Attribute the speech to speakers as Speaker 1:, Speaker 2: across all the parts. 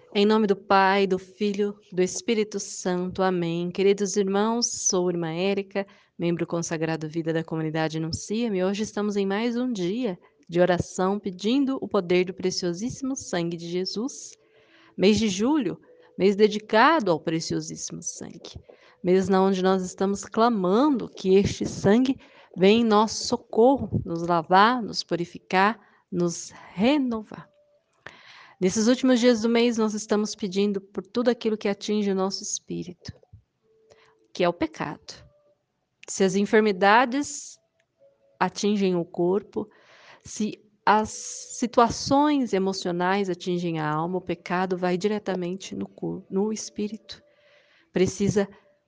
Speaker 1: Em nome do Pai, do Filho, do Espírito Santo. Amém. Queridos irmãos, sou a irmã Érica, membro consagrado Vida da Comunidade Anuncia-me. Hoje estamos em mais um dia de oração pedindo o poder do preciosíssimo sangue de Jesus. Mês de julho, mês dedicado ao preciosíssimo sangue. Mês na onde nós estamos clamando que este sangue venha em nosso socorro, nos lavar, nos purificar, nos renovar. Nesses últimos dias do mês, nós estamos pedindo por tudo aquilo que atinge o nosso espírito, que é o pecado. Se as enfermidades atingem o corpo, se as situações emocionais atingem a alma, o pecado vai diretamente no corpo, no espírito. Precisa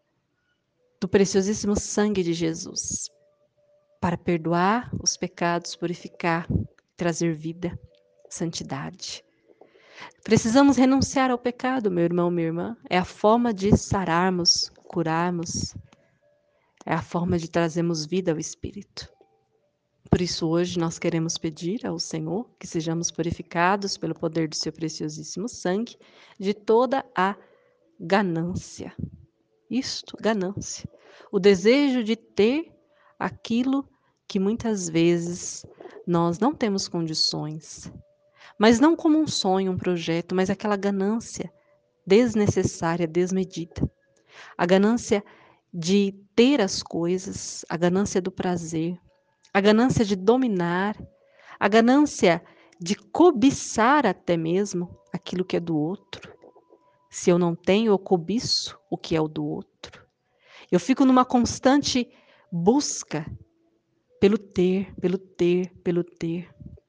Speaker 1: do preciosíssimo sangue de Jesus para perdoar os pecados, purificar, trazer vida, santidade. Precisamos renunciar ao pecado, meu irmão, minha irmã. É a forma de sararmos, curarmos. É a forma de trazermos vida ao Espírito. Por isso, hoje, nós queremos pedir ao Senhor que sejamos purificados pelo poder do seu preciosíssimo sangue de toda a ganância. Isto, ganância. O desejo de ter aquilo que muitas vezes nós não temos condições. Mas não como um sonho, um projeto, mas aquela ganância desnecessária, desmedida. A ganância de ter as coisas, a ganância do prazer, a ganância de dominar, a ganância de cobiçar até mesmo aquilo que é do outro. Se eu não tenho, eu cobiço o que é o do outro. Eu fico numa constante busca pelo ter, pelo ter, pelo ter.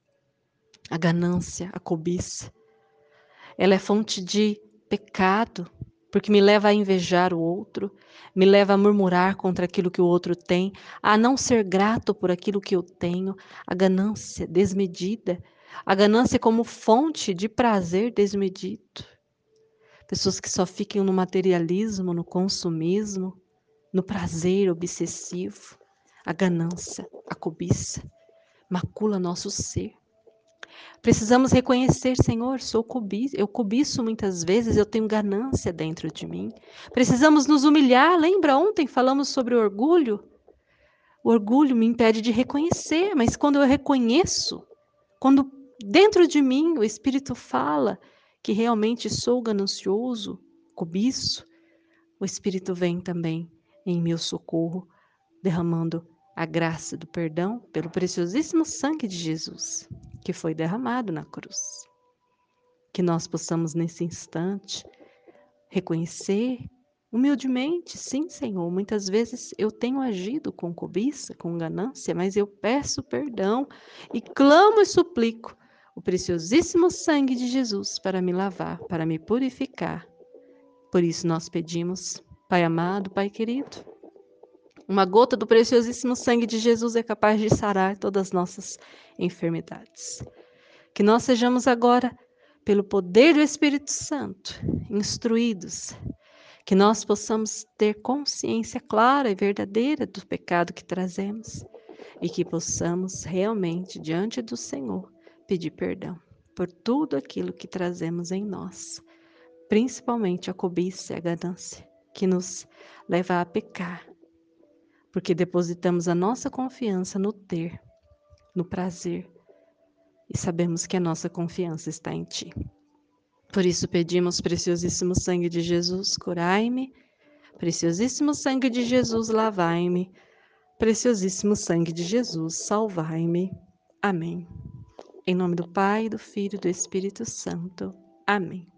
Speaker 1: A ganância, a cobiça. Ela é fonte de pecado, porque me leva a invejar o outro, me leva a murmurar contra aquilo que o outro tem, a não ser grato por aquilo que eu tenho, a ganância desmedida, a ganância como fonte de prazer desmedido. Pessoas que só ficam no materialismo, no consumismo, no prazer obsessivo, a ganância, a cobiça, macula nosso ser. Precisamos reconhecer, Senhor, eu cobiço muitas vezes, eu tenho ganância dentro de mim. Precisamos nos humilhar. Lembra ontem falamos sobre o orgulho? O orgulho me impede de reconhecer, mas quando eu reconheço, quando dentro de mim o Espírito fala que realmente sou ganancioso, cobiço, o Espírito vem também em meu socorro, derramando a graça do perdão pelo preciosíssimo sangue de Jesus, que foi derramado na cruz. Que nós possamos, nesse instante, reconhecer humildemente, sim, Senhor, muitas vezes eu tenho agido com cobiça, com ganância, mas eu peço perdão e clamo e suplico o preciosíssimo sangue de Jesus para me lavar, para me purificar. Por isso nós pedimos, Pai amado, Pai querido, uma gota do preciosíssimo sangue de Jesus é capaz de sarar todas as nossas enfermidades. Que nós sejamos agora, pelo poder do Espírito Santo, instruídos, que nós possamos ter consciência clara e verdadeira do pecado que trazemos e que possamos realmente, diante do Senhor, pedir perdão por tudo aquilo que trazemos em nós, principalmente a cobiça e a ganância, que nos leva a pecar, porque depositamos a nossa confiança no ter, no prazer, e sabemos que a nossa confiança está em Ti. Por isso pedimos, preciosíssimo sangue de Jesus, curai-me, preciosíssimo sangue de Jesus, lavai-me, preciosíssimo sangue de Jesus, salvai-me. Amém. Em nome do Pai, do Filho e do Espírito Santo. Amém.